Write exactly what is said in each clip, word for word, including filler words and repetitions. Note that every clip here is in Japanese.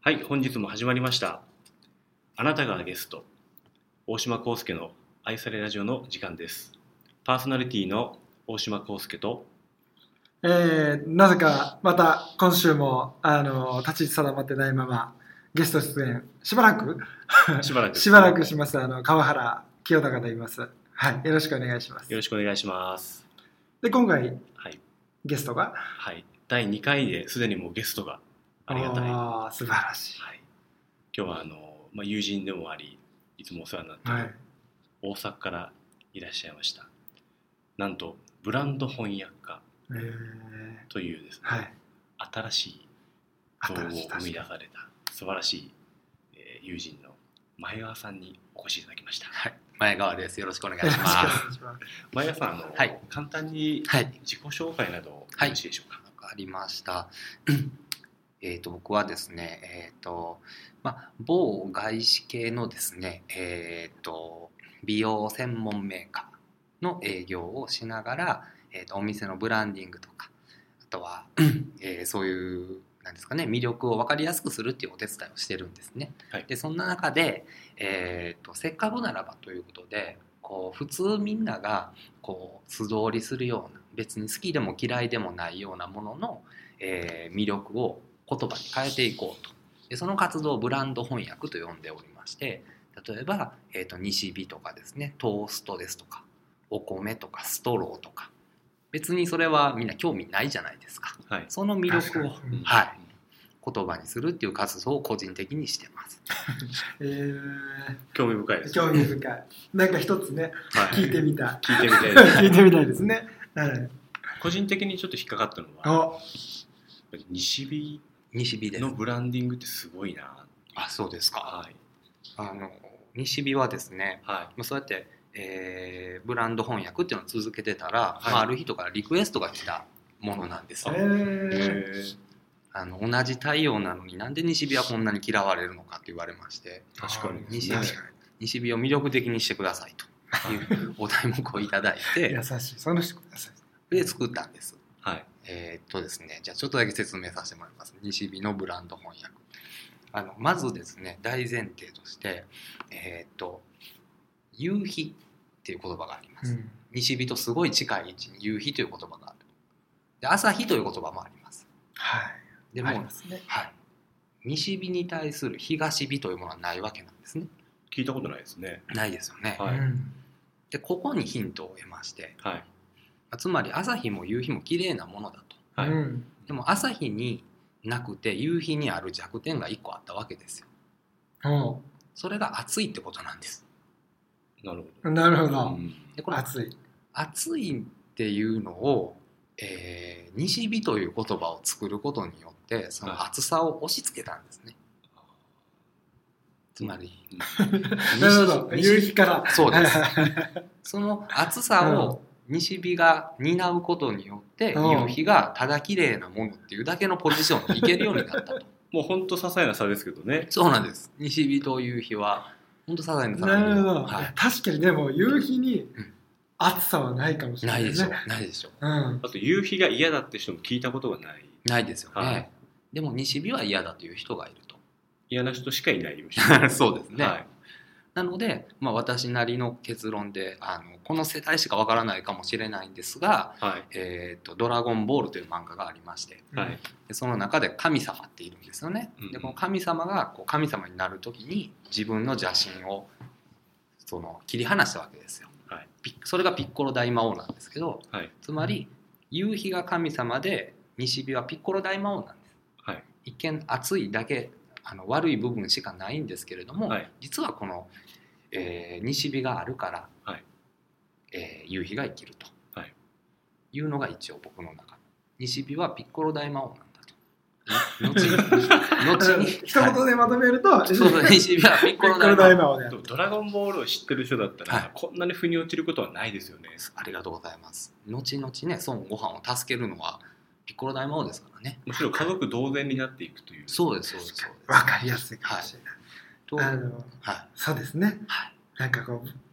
はい、本日も始まりました。あなたがゲスト、大島康介の愛されラジオの時間です。パーソナリティの大島康介と、 えー、なぜかまた今週もあの立ち位置定まってないままゲスト出演しばらくしばらくしばらくしますあの川原清隆と言います。はい、よろしくお願いします。 よろしくお願いします。 で今回、 はい、 ゲストが、 はい、だいにかいですでにもうゲストがありがたい。 あ素晴らしい。 はい、今日はあの、まあ、友人でもあり、いつもお世話になっている、はい、大阪からいらっしゃいました。なんとブランド翻訳家というですね、はい、新しい像を生み出された素晴らしい、えー、友人の前川さんにお越しいただきました。 はい、前川です。よろしくお願いします。 前川さん、あの、はい、簡単に自己紹介などよろしいでしょうか。 はい、わかりました。えーと僕はですね、えーとまあ、某外資系のですね、えーと美容専門メーカーの営業をしながら、えーとお店のブランディングとか、あとは、えー、そういうなんですかね、魅力を分かりやすくするっていうお手伝いをしてるんですね。はい、でそんな中で、えーとせっかくならばということで、こう普通みんながこう素通りするような、別に好きでも嫌いでもないようなものの、えー、魅力を言葉に変えていこうと。でその活動をブランド翻訳と呼んでおりまして、例えば、えーと西日とかですね、トーストですとか、お米とかストローとか、別にそれはみんな興味ないじゃないですか。はい、その魅力を、うんはい、言葉にするっていう活動を個人的にしてます。 えー、 興味深いです、ね。 興味深い。なんか一つね、はい、聞いてみたい。 聞いてみたいです、 ね。聞いてみたいですね。はい。 個人的にちょっと引っかかったのは、西日西日のブランディングってすごいな。 あ、そうですか。 はい、 あの西日はですね、 はい、 そうやって、えー、ブランド翻訳っていうのを続けてたら、はいまあ、ある人からリクエストが来たものなんですよ。 へーあの同じ太陽なのになんで西日はこんなに嫌われるのかって言われまして、 確かに西日、西日を魅力的にしてくださいというお題目をいただいて優しい、その人優しいで作ったんです。 はい、 えー、っとですね、じゃあちょっとだけ説明させてもらいます。西日のブランド翻訳。あのまずですね、大前提として、えー、っと夕日っていう言葉があります。うん、西日とすごい近い位置に夕日という言葉がある。で朝日という言葉もあります。 はい。 でも、ねはい、西日に対する東日というものはないわけなんですね。 聞いたことないですね。 ないですよね。 はい、 でここにヒントを得まして、 はい、 つまり朝日も夕日も綺麗なものだと。 はい、 でも朝日になくて夕日にある弱点がいっこあったわけですよ。 うん、 それが暑いってことなんです。 なるほど。 なるほど。うん、 でこの暑い暑いっていうのを、えー、西日という言葉を作ることによってその暑さを押し付けたんですね。はい、つまりなるほど、夕日からそうですその暑さを西日が担うことによって夕日がただ綺麗なものっていうだけのポジションに行けるようになったともうほんと些細な差ですけどね。 そうなんです。西日と夕日はほんと些細な差なんで。なるほど、はい、確かにでも夕日に暑さはないかもしれない、ね、 ないでしょないでしょ、 うん、 あと夕日が嫌だって人も聞いたことがない。 ないですよね、はい、でも西日は嫌だという人がいると。 嫌な人しかいないよそうですね、 はい、 なので、まあ、私なりの結論であのこの世代しかわからないかもしれないんですが、 はいえーと、ドラゴンボールという漫画がありまして、 はい、 でその中で神様っているんですよね、うん、でこの神様がこう神様になる時に自分の邪神をその切り離したわけですよ、はい、それがピッコロ大魔王なんですけど、はい、つまり夕日が神様で西日はピッコロ大魔王なんです、はい、一見暑いだけあの悪い部分しかないんですけれども、はい、実はこの、えー、西日があるから、はいえー、夕日が生きるというのが一応僕の中の西日はピッコロ大魔王なんだと後に後に一言でまとめると、はい、 そうそう西日はピッコロ大魔王でドラゴンボールを知ってる人だったら、はい、こんなに腑に落ちることはないですよね。 ありがとうございます。後々ね孫悟飯を助けるのはピッコロ大魔王ですからね。 むしろ家族同然になっていくという。 そうですそうですそうです。 わかりやすいかもしれない。 はい、 あの、はい、そうですね。はい、なんかこう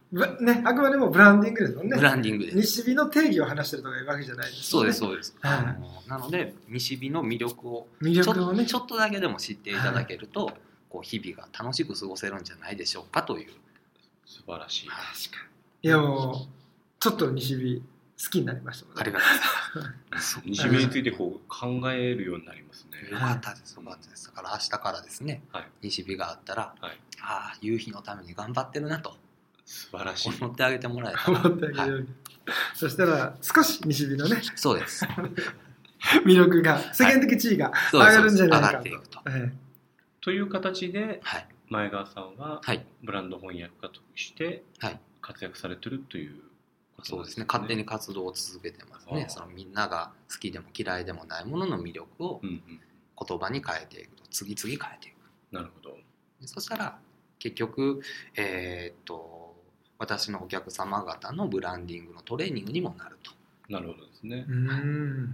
ね、あくまでもブランディングですもんね。 ブランディングです。 西日の定義を話してるとかいうわけじゃないです、ね、 そうですそうです、 はい、 あのなので西日の魅力を魅力を、ね、 ちょ、ちょっとだけでも知っていただけると、はい、こう日々が楽しく過ごせるんじゃないでしょうかという。 素晴らしい。 確かに。いやもうちょっと西日好きになりました、ね、 ありがとうございます西日についてこう考えるようになりますね。 よかったですよかったです。だから明日からですね、はい、西日があったら、はい、ああ夕日のために頑張ってるなと素晴らしい思ってあげてもらえたら思ってあげるように、はい、そしたら少し西日のねそうです魅力が世間的地位が上がるんじゃないかと、 はい、上がっていくと、 はい、 という形で、 はい、 前川さんは、 はい、 ブランド翻訳家として活躍されてるということですね。 そうですね、勝手に活動を続けてますね。そのみんなが好きでも嫌いでもないものの魅力を言葉に変えていくと、次々変えていく。 なるほど。 そしたら結局、えー、っと私のお客様方のブランディングのトレーニングにもなると。 なるほどですね。 うん、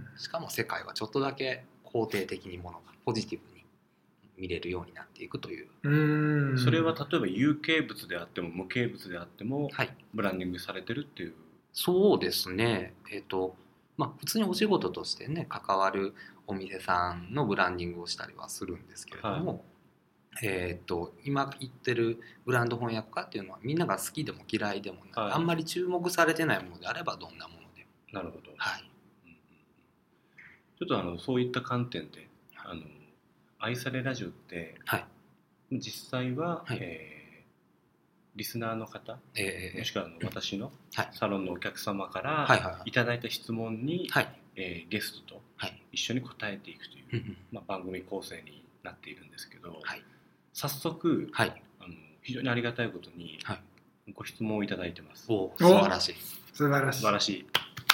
しかも世界はちょっとだけ肯定的にものがポジティブに見れるようになっていくという。 うん、 それは例えば有形物であっても無形物であっても、 はい、 ブランディングされてるっていう。 そうですね、えーとまあ、普通にお仕事としてね関わるお店さんのブランディングをしたりはするんですけれども、はい、えー、と今言ってるブランド翻訳家っていうのはみんなが好きでも嫌いでもない、はい、あんまり注目されてないものであればどんなものでも。 なるほど、 はいうん、ちょっとあのそういった観点であの愛されラジオって、はい、実際は、はい、えーリスナーの方、えー、もしくはあの私のサロンのお客様からいただいた質問に、はいえー、ゲストと一緒に答えていくという、はいまあ、番組構成になっているんですけど、はい、早速、はい、あの非常にありがたいことにご質問をいただいてます。 お素晴らしい素晴らしい素晴らしい。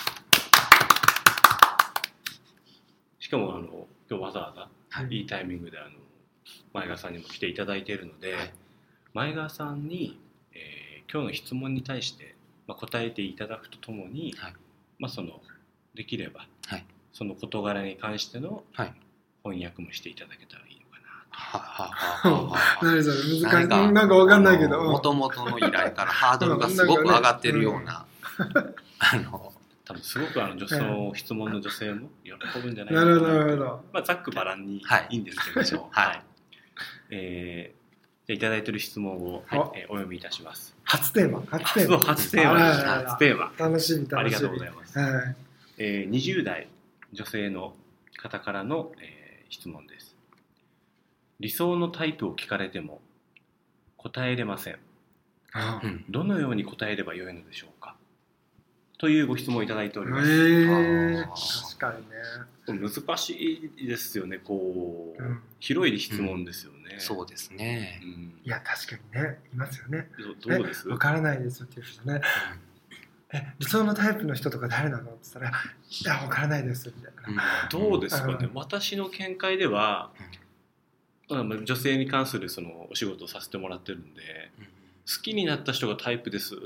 しかもあの今日わざわざ、はい、いいタイミングであの前川さんにも来ていただいているので、はい、前川さんにえー、今日の質問に対して、まあ、答えていただくとともに、はいまあ、そのできれば、はい、その事柄に関しての翻訳もしていただけたらいいのかなと。何それ難しいなんかなんか分かんないけどもともとの依頼からハードルがすごく上がってるような、 あの多分すごくあの女性の質問の女性も喜ぶんじゃないかな。 なるほどなるほど。 まあ、ざっくばらんにいいんですけれども、はいはいえーいただいている質問を、はいえー、お読みいたします。 初テーマ初テーマ初テーマ初テーマ楽しみ楽しみありがとうございます、はいえー、にじゅう代女性の方からの、えー、質問です。理想のタイプを聞かれても答えれません、うん、どのように答えればよいのでしょうかというご質問をいただいております。 へー確かにね難しいですよねこう、うん、広い質問ですよね、うん、 そうですね、 うん、いや確かにねいますよね。 どうですわからないですっていう人ね、うん、え理想のタイプの人とか誰なのって言ったらいやわからないですみたいな、 うん、どうですかね、うん、私の見解では、うん、女性に関するそのお仕事をさせてもらってるんで、うん好きになった人がタイプですって、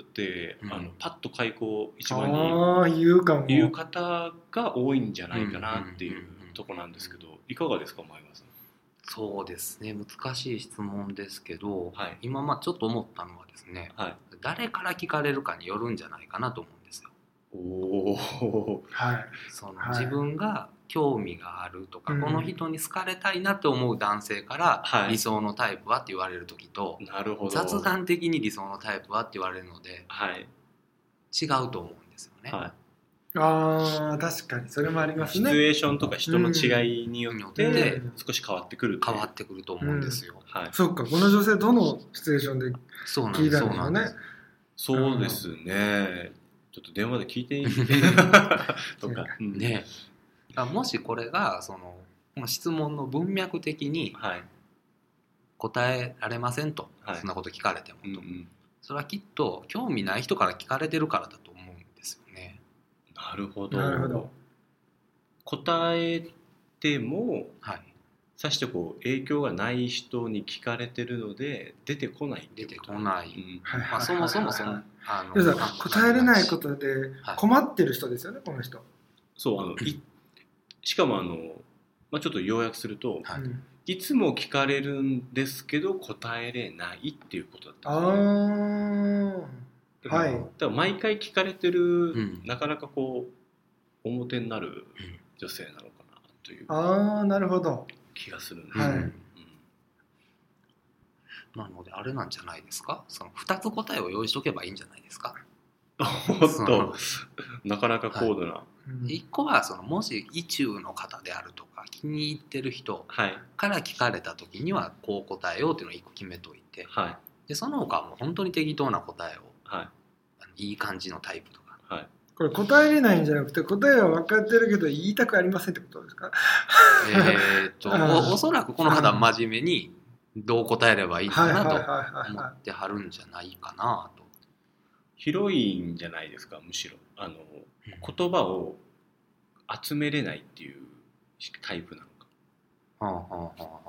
うん、あのパッと開口一番に言うかも言う方が多いんじゃないかなっていうとこなんですけど、いかがですか前川さん。 そうですね難しい質問ですけど、はい、今まあちょっと思ったのはですね、はい、誰から聞かれるかによるんじゃないかなと思うんですよ。 おー、 はい、その自分が興味があるとか、うん、この人に好かれたいなって思う男性から、はい、理想のタイプはって言われる時と、 なるほど雑談的に理想のタイプはって言われるので、 はい、 違うと思うんですよね、 はい、あ確かにそれもありますね。 シチュエーションとか人の違いによって少し変わってくる、 変わってくると思うんですよ、 うんはい、そっかこの女性どのシチュエーションで聞いたんでしょうね。 そうですねちょっと電話で聞いていいとか、うん、 ねもしこれがその質問の文脈的に答えられませんと、はい、そんなこと聞かれてもと、うんうん、それはきっと興味ない人から聞かれてるからだと思うんですよね。 なるほど。 なるほど。 答えても、はい、さしてこう影響がない人に聞かれてるので出てこない出てこない、うんまあ、 そもそもそのあの答えれないことで困ってる人ですよね、はい、この人。 そうあのいしかもあの、まあ、ちょっと要約すると、はい、いつも聞かれるんですけど答えれないっていうことだったんですね。 あはい。 だから毎回聞かれてる、 うん、 なかなかこう表になる女性なのかなというああ、なるほど。 気がするんですね。 はい。 うん、 なのであれなんじゃないですか、そのふたつ答えを用意しとけばいいんじゃないですか。 おっとなかなか高度な、はい、いっこはそのもし意中の方であるとか気に入ってる人から聞かれた時にはこう答えようっていうのをいっこ決めといて、 はい、 でその他はもう本当に適当な答えを、 はい、 いい感じのタイプとか、 はい、 これ答えれないんじゃなくて答えは分かってるけど言いたくありませんってことですか？ えっとお, おそらくこの方は真面目にどう答えればいいのかなと思ってはるんじゃないかなと。 広いんじゃないですか。むしろあの、うん、言葉を集めれないっていうタイプなのか、はあはあはあ、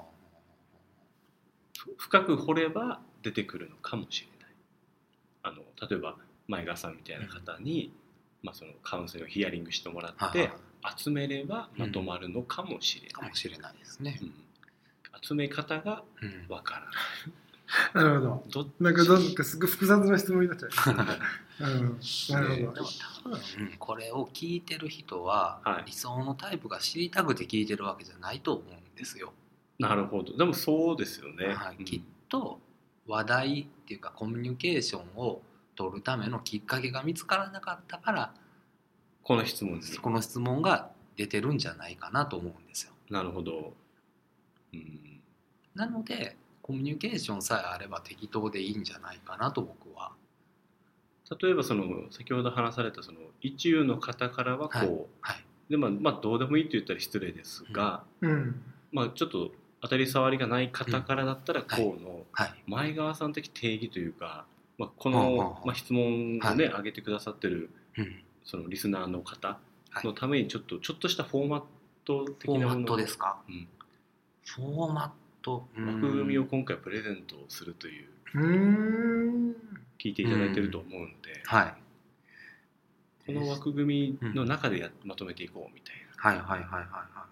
深く掘れば出てくるのかもしれない。あの例えば前川さんみたいな方に、うん、まあ、そのカウンセリングヒアリングしてもらって、はあ、集めればまとまるのかもしれない、 うん、かもしれないですね、うん、 集め方がわからない、 うん、なるほど。なんかどうかすごい複雑な質問になっちゃう、うん、なるほど。 でも多分これを聞いてる人は、はい、理想のタイプが知りたくて聞いてるわけじゃないと思うんですよ。 なるほど。でもそうですよね、 はい、うん、きっと話題っていうかコミュニケーションを取るためのきっかけが見つからなかったからこの質問にこの質問が出てるんじゃないかなと思うんですよ。 なるほど、うん、 なのでコミュニケーションさえあれば適当でいいんじゃないかなと僕は。 例えばその先ほど話されたその意中の方からはこう、はいはい、でまあ、まあどうでもいいと言ったら失礼ですが、うん、まあ、ちょっと当たり障りがない方からだったらこうの前川さん的定義というか、まあ、この、まあ、質問をね、はい、上げてくださってるそのリスナーの方のためにちょっとちょっとしたフォーマット的なもの、 フォーマットですか、うん、フォーマット枠組みを今回プレゼントするという、うーん聞いていただいてると思うので、はい、この枠組みの中でや、うん、まとめていこうみたいな。 はいはいはいはいはい。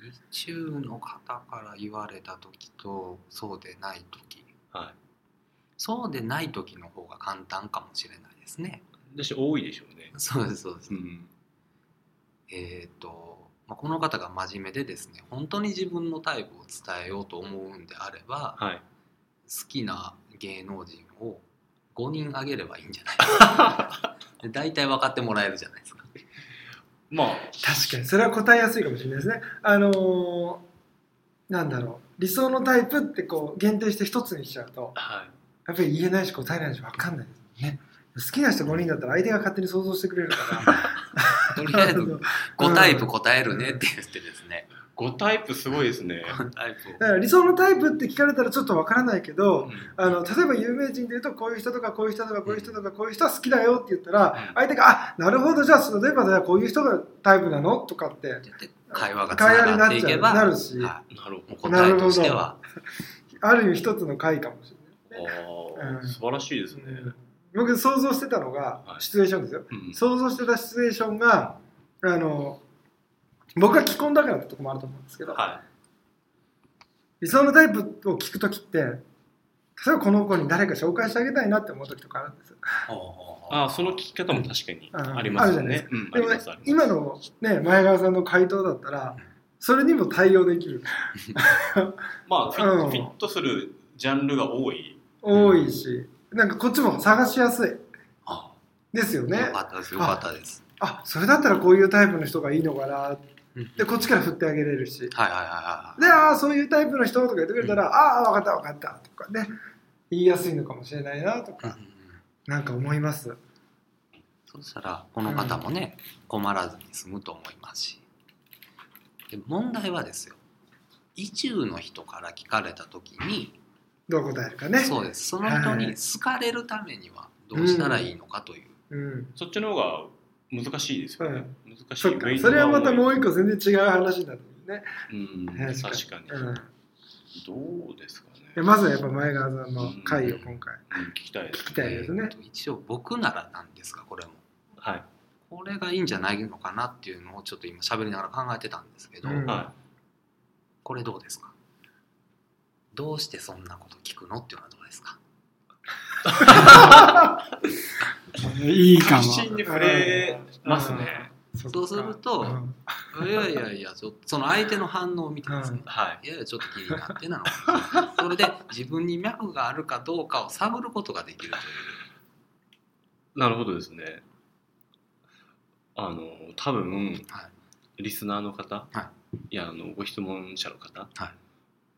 意中の方から言われた時とそうでない時、はい、そうでない時の方が簡単かもしれないですね。 だし多いでしょうね。 そうですそうです、うん、えっ、ー、と、まあ、この方が真面目でですね本当に自分のタイプを伝えようと思うんであれば、はい、好きな芸能人をごにんあげればいいんじゃないですか。大体分かってもらえるじゃないですか。 まあ確かにそれは答えやすいかもしれないですね。あのー、なんだろう理想のタイプってこう限定して一つにしちゃうと、はい、やっぱり言えないし答えないし分かんないですね。好きな人ごにんだったら相手が勝手に想像してくれるからとりあえずごタイプ答えるねって言ってですね、 ごタイプすごいですね。 だから理想のタイプって聞かれたらちょっとわからないけど、うん、あの例えば有名人でいうとこういう人とかこういう人とかこういう人とかこういう人は好きだよって言ったら、うん、相手があなるほどじゃあ例えばじゃあこういう人がタイプなのとかって会話がつながっていけばなるし、 なるほど答えとしてはある意味一つの回かもしれない、ね。 あ、うん、素晴らしいですね。うん僕想像してたのが、はい、シチュエーションですよ、うん、想像してたシチュエーションがあの僕が既婚だからってとこもあると思うんですけど、はい、理想のタイプを聞くときって例えばこの子に誰か紹介してあげたいなって思うときとかあるんですよ。 ああその聞き方も確かにありますよね。 でも今の、ね、前川さんの回答だったらそれにも対応できる。 まあフィッ、うん、フィットするジャンルが多い多いしなんかこっちも探しやすいですよね。 よかったですよかったです。 あ、それだったらこういうタイプの人がいいのかなでこっちから振ってあげれるし、はいはいはいはい、でああそういうタイプの人とか言ってくれたら、うん、ああ分かった分かったとかね言いやすいのかもしれないなとか、うん、なんか思います。 そしたらこの方もね、うん、困らずに済むと思いますし、で問題はですよ意中の人から聞かれた時にどう答えるかね。 そうです。その人に好かれるためにはどうしたらいいのかという、 うんうん、そっちの方が難しいですよね、うん、難しい。 そ, それはまたもう一個全然違う話になるんね、 うん、確かに、うん、どうですかね。 まずはやっぱ前川さんの回を今回、 うんうん、聞きたいですね。 聞きたいですね。 えー、一応僕ならなんですがこれも、はい、これがいいんじゃないのかなっていうのをちょっと今喋りながら考えてたんですけど、うん、はい、これどうですか。どうしてそんなこと聞くのっていうのはどうですか。 いいかも。 発信に触れますね。 そうすると、うん、いやいやいやちょっとその相手の反応を見てですね、うん、はい、いやいやちょっと気になってなのかそれで自分に脈があるかどうかを探ることができるという。 なるほどですね。あの多分、はい、リスナーの方、はい、いやあのご質問者の方、はい、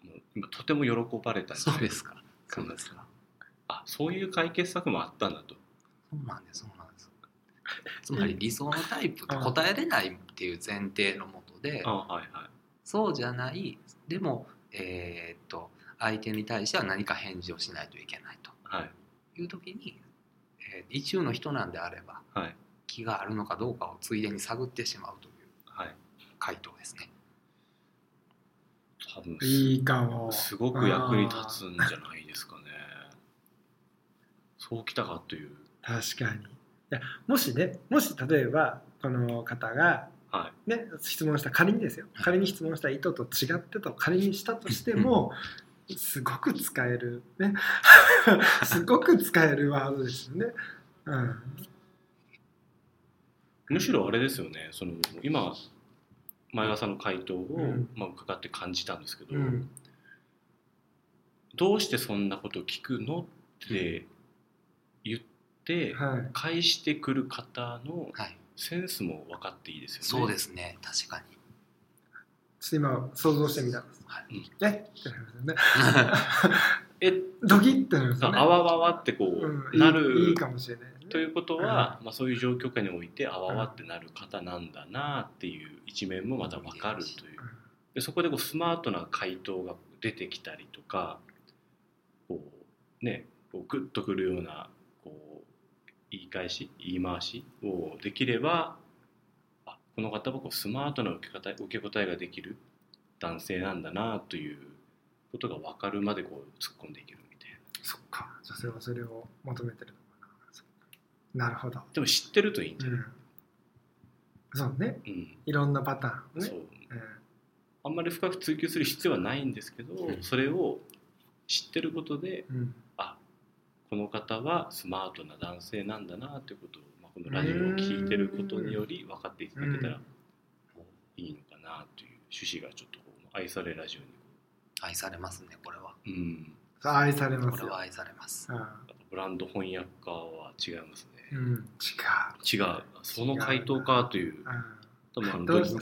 もう今とても喜ばれたんそうですか。そうですか。 あ、そういう解決策もあったんだと。 そうなんです、そうなんです。つまり理想のタイプって答えれないっていう前提のもとで、あ、はいはい、そうじゃない、でも、えー、っと相手に対しては何か返事をしないといけないと、はい、いう時に、えー、意中の人なんであれば、はい、気があるのかどうかをついでに探ってしまうという回答ですね。 多分いいかも。 すごく役に立つんじゃないですかね。そうきたかという。 確かに。いやもしね、もし例えばこの方が、ね、はい、質問した仮にですよ、仮に質問した意図と違ってと仮にしたとしてもすごく使えるねすごく使えるワードですよね、うん、 むしろあれですよね、その今前川さんの回答を、うんまあ、伺って感じたんですけど、うん、どうしてそんなこと聞くのって言って返してくる方のセンスも分かっていいですよね。 そうですね、確かに。 ちょっと今想像してみたんです、はい、えってなりますよねえドキってなりますよね。 あわわわってこう、うん、なるいい、いいかもしれない、ね、 ということは、うんまあ、そういう状況下においてあわわってなる方なんだなっていう一面もまた分かるという。でそこでこうスマートな回答が出てきたりとかこうねこうグッとくるようなこう言い返し言い回しをできれば、あこの方はこうスマートな受け答え、受け答えができる男性なんだなということが分かるまでこう突っ込んでいけるみたいな。 そっか、女性はそれを求めてるのかな。なるほど。 でも知ってるといいんじゃない、うん、 そうね、うん、いろんなパターンね。そう、うん、 あんまり深く追求する必要はないんですけど、うん、それを知ってることで、うん、あこの方はスマートな男性なんだなということを、まあ、このラジオを聞いてることにより分かっていただけたらいいのかなという趣旨がちょっとこう愛されラジオに愛されますね、これは。 うん、愛されますよ。 これは愛されます。 ブランド翻訳家は違いますね。 うん、違う。違う。その回答かという。多分あのどぎも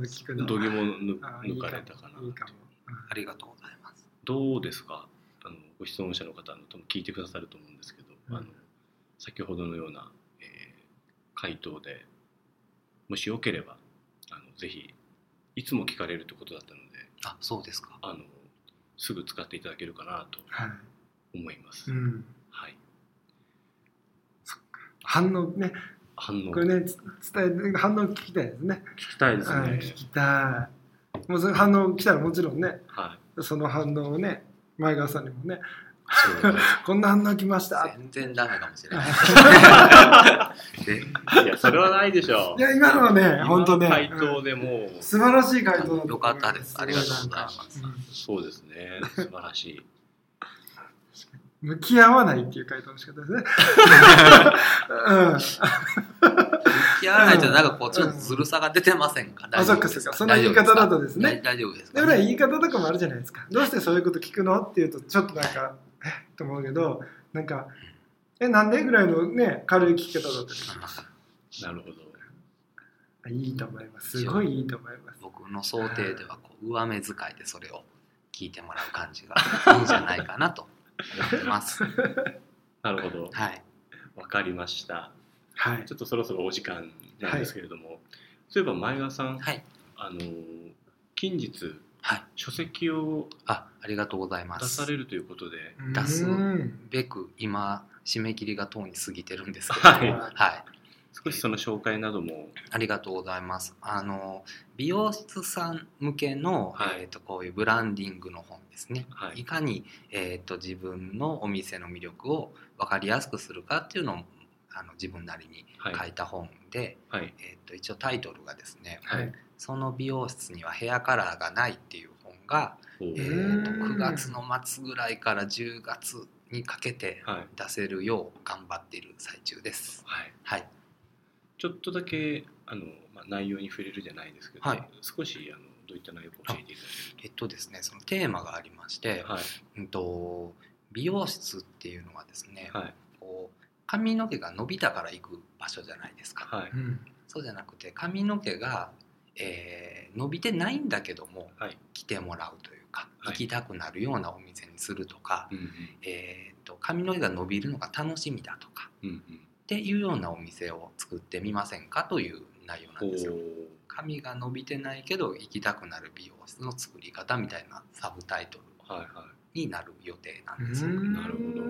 抜かれたかな。 いいかも。ありがとうございます。 どうですか。あのご質問者の方の多分聞いてくださると思うんですけど、うん、あの先ほどのような、えー、回答でもしよければあのぜひいつも聞かれるということだったので、 あ、そうですか。 あのすぐ使っていただけるかなと思います。 はい、うんはい、 そっか。反応ね。 反応。 これね、伝え反応聞きたいですね。 聞きたいですね。はい、 聞きたい。もうその反応来たらもちろんね、 はい、 その反応をね、前川さんにもね、こんな反応来ました。 全然ダメかもしれない。 いや、それはないでしょう。 いや、今のはね、本当ね、 回答でもう、 うん、素晴らしい回答だった。 よかったです。ありがとうございます。 うん、そうですね、素晴らしい。 向き合わないっていう回答の仕方ですね。 うん、向き合わないとなんかこうちょっとずるさが出てませんか。 あ、そっかそっか。その言い方だとですね。 大丈夫ですか。 だから言い方とかもあるじゃないですか。どうしてそういうこと聞くのっていうとちょっとなんかえっと思うけど、なんかえなんでぐらいのね軽い聞き方だったりします。 なるほど。 いいと思います。すごいいいと思います。 僕の想定ではこう上目遣いでそれを聞いてもらう感じがいいんじゃないかなと。ますなるほど、 はい、 わかりました、 はい、 ちょっとそろそろお時間なんですけれども、はい、そういえば前川さん、 はい、 あの近日、 はい、 書籍をあ、ありがとうございます。 出されるということで、 出すべく今締め切りがとうに過ぎてるんですけど、はい、はい、 少しその紹介なども。 ありがとうございます。あの美容室さん向けの、はい、えー、とこういうブランディングの本ですね、はい、いかに、えー、と自分のお店の魅力を分かりやすくするかっていうのをあの自分なりに書いた本で、はい、えー、と一応タイトルがですね、はい、その美容室にはヘアカラーがないっていう本が、えー、とくがつの末ぐらいからじゅうがつにかけて出せるよう頑張っている最中です。 はい、 はい、 ちょっとだけあの、まあ、内容に触れるじゃないですけど、はい、少しあのどういった内容か教えていただけると。 えっとですね、そのテーマがありまして、はい、うんと美容室っていうのはですね、はい、こう髪の毛が伸びたから行く場所じゃないですか、はい、うん、そうじゃなくて髪の毛が、えー、伸びてないんだけども、はい、来てもらうというか、はい、行きたくなるようなお店にするとか、うんうん、えー、と髪の毛が伸びるのが楽しみだとか、うんうん、っていうようなお店を作ってみませんかという内容なんですよ。髪が伸びてないけど行きたくなる美容室の作り方みたいなサブタイトルになる予定なんですよ。 なるほど。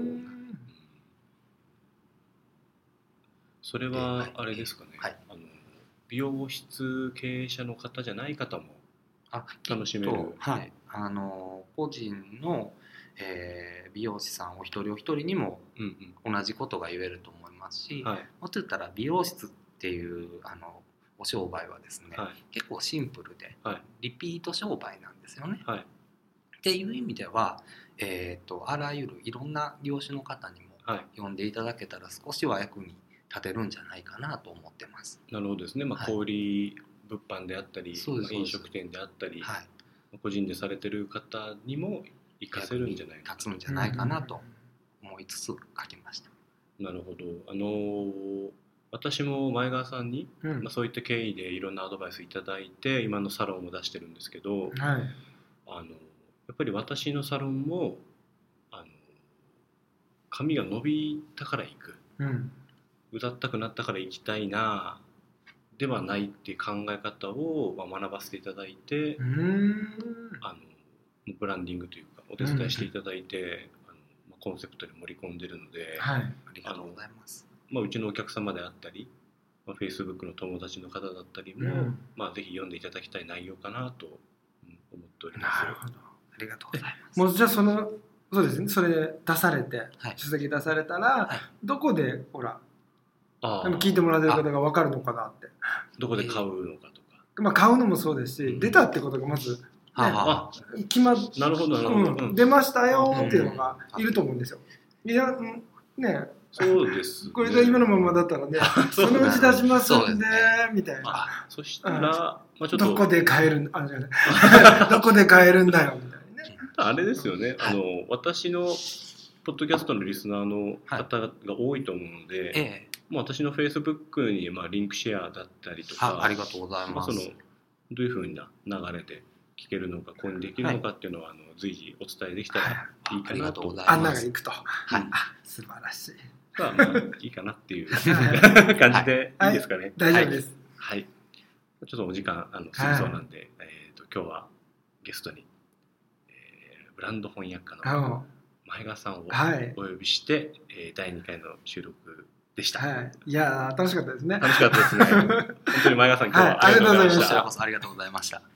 それはあれですかね、はい、あの美容室経営者の方じゃない方も楽しめる。 はい、あの個人の、えー、美容師さんお一人お一人にも同じことが言えると思いますし、はい、もっと言ったら美容室っていうあのお商売はですね、はい、結構シンプルで、はい、リピート商売なんですよね、はい、っていう意味では、えーと、あらゆるいろんな業種の方にも呼んでいただけたら少しは役に立てるんじゃないかなと思ってます。 なるほどですね、まあ、小売物販であったり、はい、飲食店であったり、はい、個人でされてる方にも活かせるんじゃないかな、 立つんじゃないかなと思いつつ書きました。 なるほど。あのー私も前川さんに、うんまあ、そういった経緯でいろんなアドバイスいただいて今のサロンを出してるんですけど、はい、あのやっぱり私のサロンもあの髪が伸びたから行く、うん、歌ったくなったから行きたいなではないっていう考え方を、まあ、学ばせていただいて、うーんあのブランディングというかお手伝いしていただいて、うん、あのまあ、コンセプトに盛り込んでるので、 はい、ありがとうございます。 まあ、うちのお客様であったり、まあ、Facebook の友達の方だったりも、うんまあ、ぜひ読んでいただきたい内容かなと思っております。 なるほど、ありがとうございます。 もうじゃあそのそうですね、それ出されて、はい、書籍出されたら、はい、どこでほらあでも聞いてもらってる方が分かるのかなって、 どこで買うのかとか、 まあ、買うのもそうですし、うん、出たってことがまず、ね、あ決まっなるほどなるほど、 うん、出ましたよっていうのがいると思うんですよ。いやねそうです、ね、 これで今のままだったらねそのうち出しますんで、ね、みたいな。 あそしたら、まあ、ちょっとどこで買えるんあじゃないどこで買えるんだよみたいなね。 あれですよね、あの私のポッドキャストのリスナーの方が多いと思うので、はいええ、もう私の Facebook にまあリンクシェアだったりとか、 ありがとうございます。 まあ、そのどういうふうな流れで聞けるのか、こうにできるのかっていうのは、はい、あの随時お伝えできたらいいかなと。 案内がいくと、はい、素晴らしい。 まあ、まあいいかなっていう感じでいいですかね。 はい、大丈夫です。 はい。ちょっとお時間あの過ぎそうなんで、はい、えーと今日はゲストに、えー、ブランド翻訳家の前川さんをお呼びして、はい、えー、だいにかいの収録でした。 はい、いや楽しかったですね。 楽しかったですね。本当に前川さん今日はありがとうございました。 ありがとうございました。